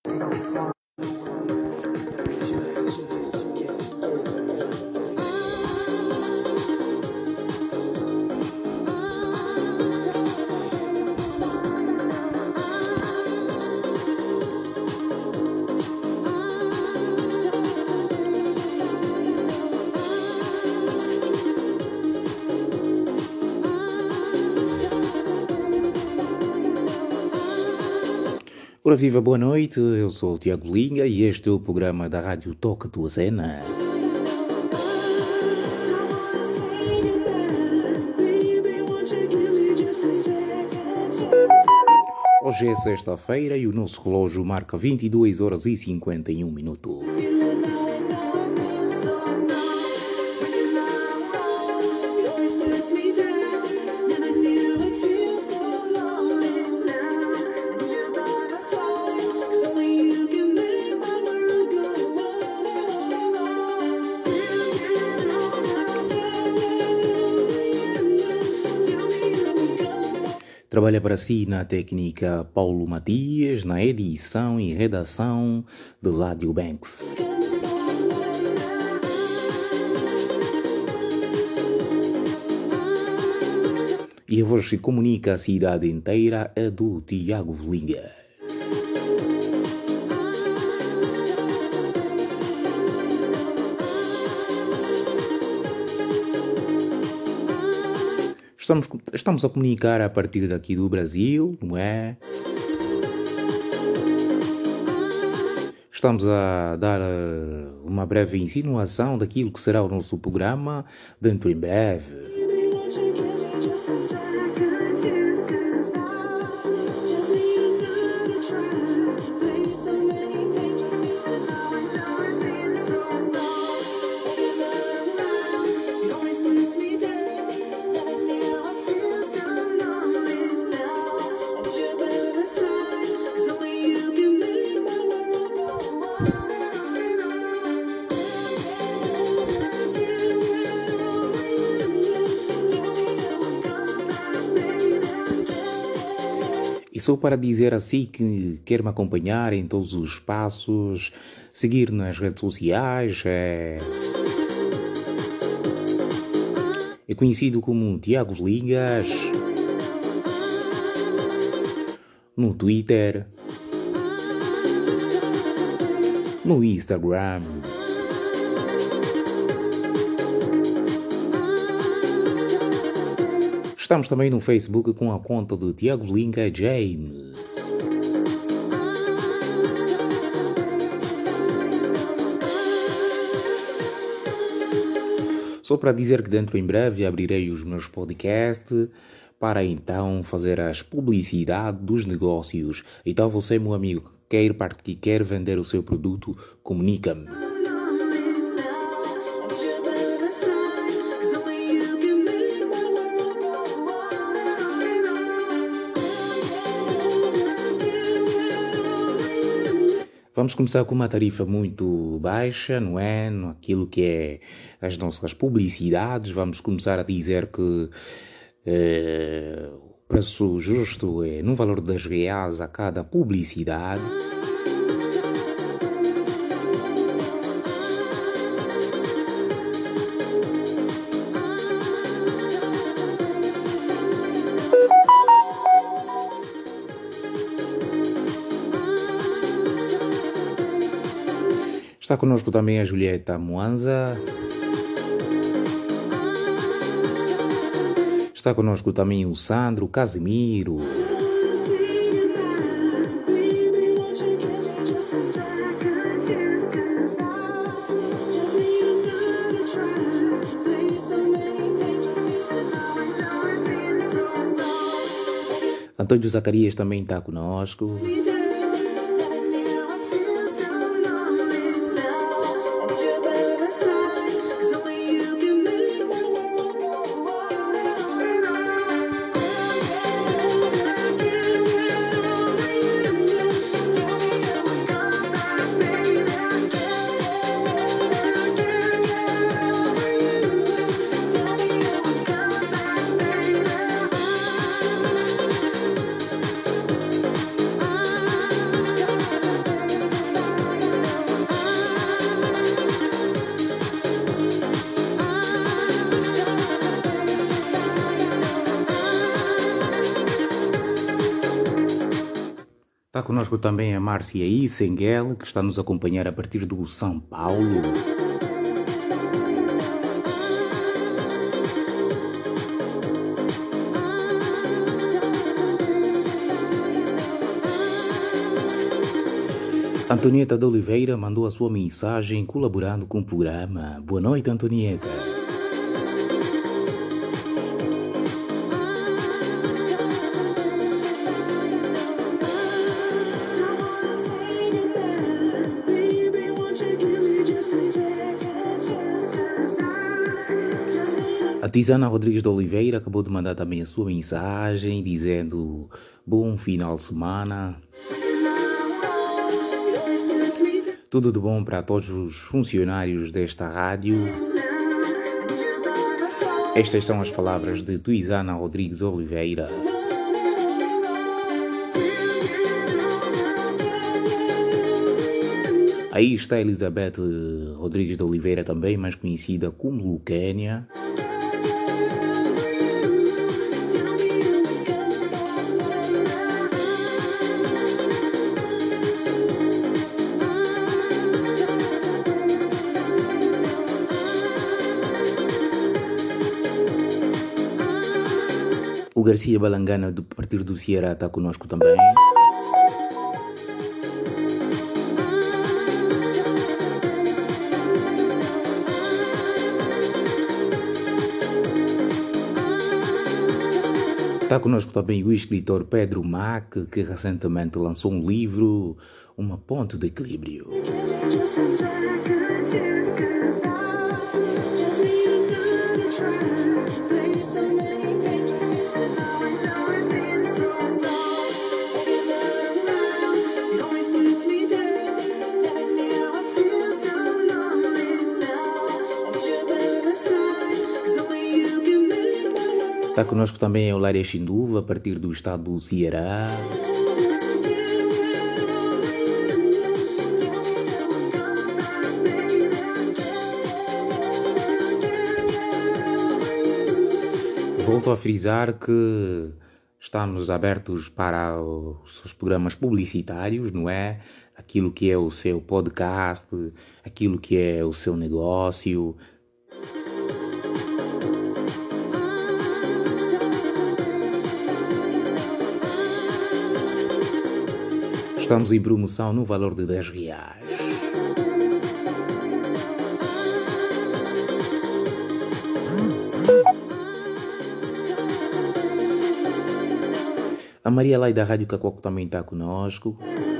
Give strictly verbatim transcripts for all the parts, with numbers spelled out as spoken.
Ora viva, boa noite, eu sou o Tiago Linga e este é o programa da Rádio Toca Tua Cena. Hoje é sexta-feira e o nosso relógio marca vinte e duas horas e cinquenta e um minutos. Trabalha para si na técnica Paulo Matias, na edição e redação de Ládio Banks. E a voz que comunica a cidade inteira é do Tiago Linga. Estamos, estamos a comunicar a partir daqui do Brasil, não é? Estamos a dar uh, uma breve insinuação daquilo que será o nosso programa dentro em breve. E só para dizer assim que quer me acompanhar em todos os espaços, seguir nas redes sociais, é, é conhecido como Tiago Lingas, no Twitter, no Instagram. Estamos também no Facebook com a conta de Tiago Linga James. Só para dizer que dentro em breve abrirei os meus podcasts para então fazer as publicidades dos negócios. Então você, meu amigo, quer partir, quer vender o seu produto, comunica-me. Vamos começar com uma tarifa muito baixa, não é? Aquilo que é as nossas publicidades. Vamos começar a dizer que eh, o preço justo é no valor de dez reais a cada publicidade. Está conosco também a Julieta Moanza. Está conosco também o Sandro Casimiro. Antônio Zacarias também está conosco. conosco também a Márcia Issenguel, que está a nos acompanhar a partir do São Paulo. Antonieta de Oliveira mandou a sua mensagem colaborando com o programa. Boa noite, Antonieta. A Tisana Rodrigues de Oliveira acabou de mandar também a sua mensagem dizendo bom final de semana. Tudo de bom para todos os funcionários desta rádio. Estas são as palavras de Tuizana Rodrigues Oliveira. Aí está Elizabeth Rodrigues de Oliveira também, mais conhecida como Luquênia. O Garcia Balangana, do Partido do Ceará, está conosco também. Está conosco também o escritor Pedro Mac, que recentemente lançou um livro, Uma Ponte de Equilíbrio. Está conosco também a Eulária Chinduva, a partir do estado do Ceará. Volto a frisar que estamos abertos para os seus programas publicitários, não é? Aquilo que é o seu podcast, aquilo que é o seu negócio. Estamos em promoção no valor de dez reais. A Maria Lai da Rádio Cacoco também está conosco.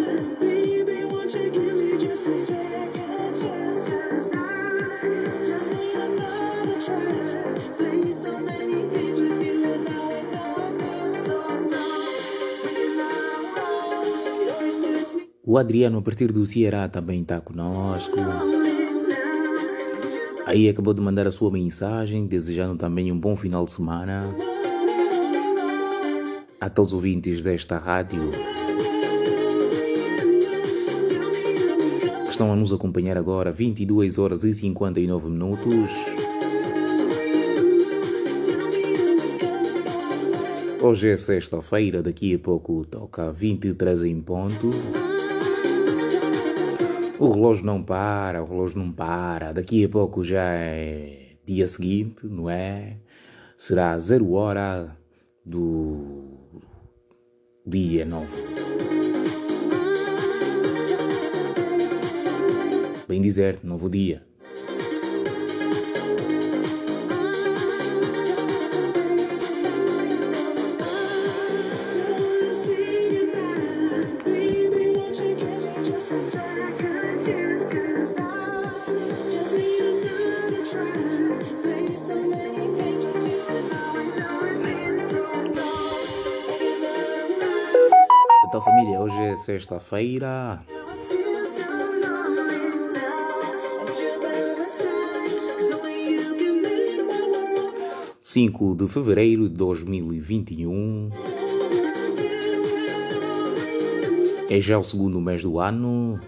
O Adriano, a partir do Ceará, também está conosco. Aí acabou de mandar a sua mensagem, desejando também um bom final de semana a todos os ouvintes desta rádio que estão a nos acompanhar agora, vinte e duas horas e cinquenta e nove minutos. Hoje é sexta-feira, daqui a pouco toca vinte e três em ponto. O relógio não para, o relógio não para. Daqui a pouco já é dia seguinte, não é? Será zero hora do dia nove. Bem dizer, novo dia. Então, família, hoje é sexta-feira. cinco de fevereiro de dois mil e vinte e um. É já o segundo mês do ano.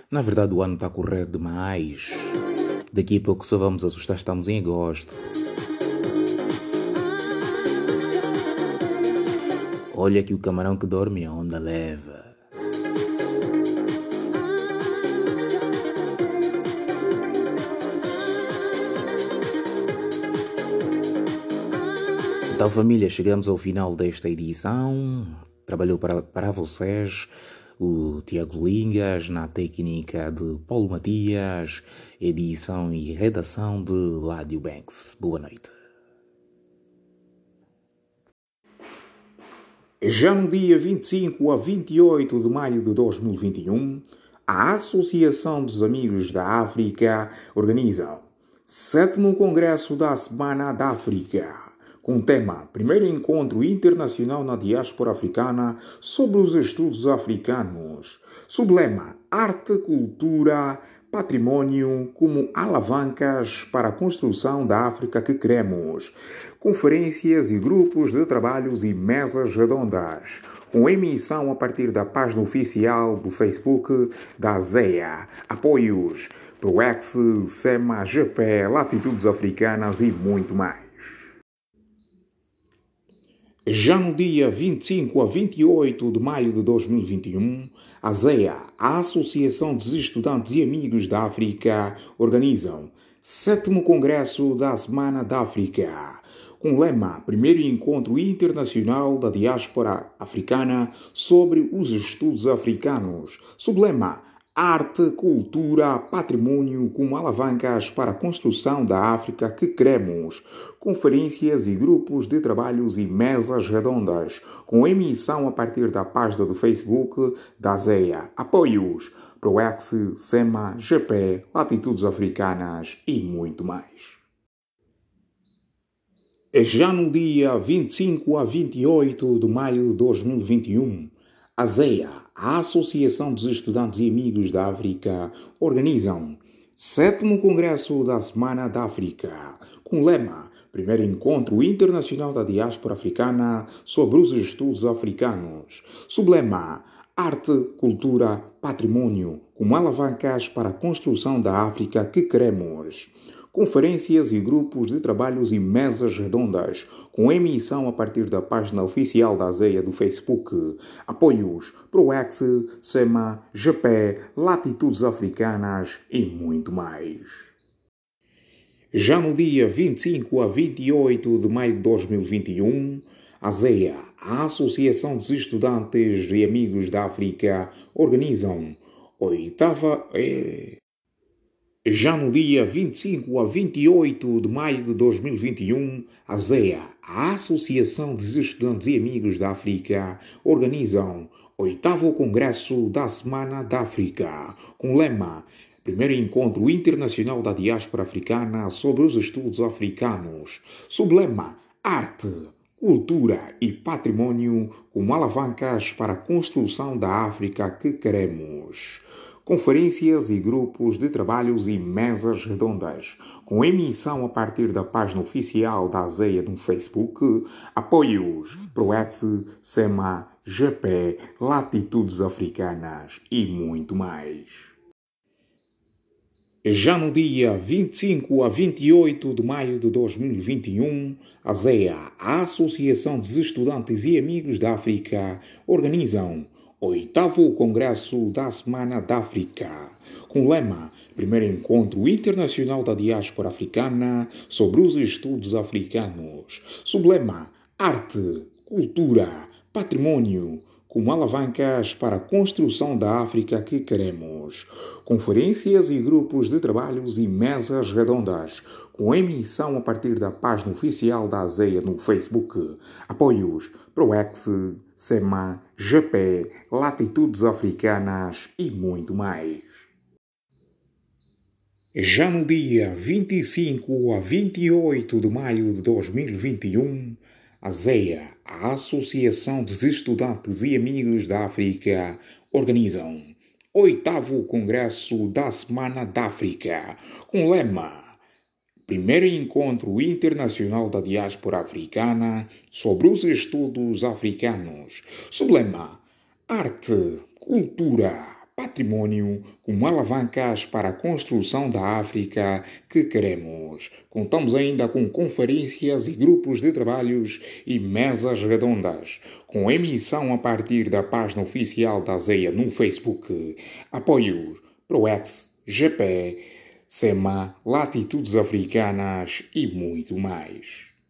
Na verdade, o ano está a correr demais. Daqui a pouco só vamos assustar, estamos em agosto. Olha que o camarão que dorme a onda leva. Então, família, chegamos ao final desta edição. Trabalhou para, para vocês o Tiago Lingas, na técnica de Paulo Matias, edição e redação de Ládio Banks. Boa noite. Já no dia vinte e cinco a vinte e oito de maio de dois mil e vinte e um, a Associação dos Amigos da África organiza sétimo Congresso da Semana da África, com o tema Primeiro Encontro Internacional na Diáspora Africana sobre os Estudos Africanos, sob lema Arte, Cultura, Patrimônio como alavancas para a construção da África que queremos. Conferências e grupos de trabalhos e mesas redondas, com emissão a partir da página oficial do Facebook da ZEA. Apoios Proex, SEMA, G P, Latitudes Africanas e muito mais. Já no dia vinte e cinco a vinte e oito de maio de dois mil e vinte e um, a ZEA, a Associação dos Estudantes e Amigos da África, organizam sétimo Congresso da Semana da África, com o lema Primeiro Encontro Internacional da Diáspora Africana sobre os Estudos Africanos, sob lema Arte, Cultura, Patrimônio como alavancas para a construção da África que queremos. Conferências e grupos de trabalhos e mesas redondas, com emissão a partir da página do Facebook da ZEA. Apoios Proex, SEMA, G P, Latitudes Africanas e muito mais. Já no dia vinte e cinco a vinte e oito de maio de dois mil e vinte e um, a ZEA, a Associação dos Estudantes e Amigos da África, organizam sétimo Congresso da Semana da África, com o lema Primeiro Encontro Internacional da Diáspora Africana sobre os Estudos Africanos, sob lema Arte, Cultura, Patrimônio como alavancas para a construção da África que queremos. Conferências e grupos de trabalhos e mesas redondas, com emissão a partir da página oficial da ZEA do Facebook. Apoios Proex, SEMA, G P, Latitudes Africanas e muito mais. Já no dia vinte e cinco a vinte e oito de maio de dois mil e vinte e um, a ZEA, a Associação dos Estudantes e Amigos da África, organizam oitava... Eh... Já no dia vinte e cinco a vinte e oito de maio de dois mil e vinte e um, a ZEA, a Associação dos Estudantes e Amigos da África, organizam oitavo Congresso da Semana da África, com o lema Primeiro Encontro Internacional da Diáspora Africana sobre os Estudos Africanos, sob lema Arte, Cultura e Patrimônio como alavancas para a construção da África que queremos. Conferências e grupos de trabalhos e mesas redondas, com emissão a partir da página oficial da ZEA no Facebook. Apoios Proex, SEMA, G P, Latitudes Africanas e muito mais. Já no dia vinte e cinco a vinte e oito de maio de dois mil e vinte e um, a ZEA, a Associação dos Estudantes e Amigos da África, organizam oitavo Congresso da Semana da África, com o lema Primeiro Encontro Internacional da Diáspora Africana sobre os Estudos Africanos, sob lema Arte, Cultura, Patrimônio como alavancas para a construção da África que queremos. Conferências e grupos de trabalhos e mesas redondas, com emissão a partir da página oficial da ZEA no Facebook. Apoios Proex, SEMA, G P, Latitudes Africanas e muito mais. Já no dia vinte e cinco a vinte e oito de maio de dois mil e vinte e um, a ZEA, a Associação dos Estudantes e Amigos da África, organizam oitavo Congresso da Semana da África, com o lema Primeiro Encontro Internacional da Diáspora Africana sobre os Estudos Africanos, sob lema Arte, Cultura, patrimônio como alavancas para a construção da África que queremos. Contamos ainda com conferências e grupos de trabalhos e mesas redondas, com emissão a partir da página oficial da ZEIA no Facebook. Apoio ProEx, G P, SEMA, Latitudes Africanas e muito mais.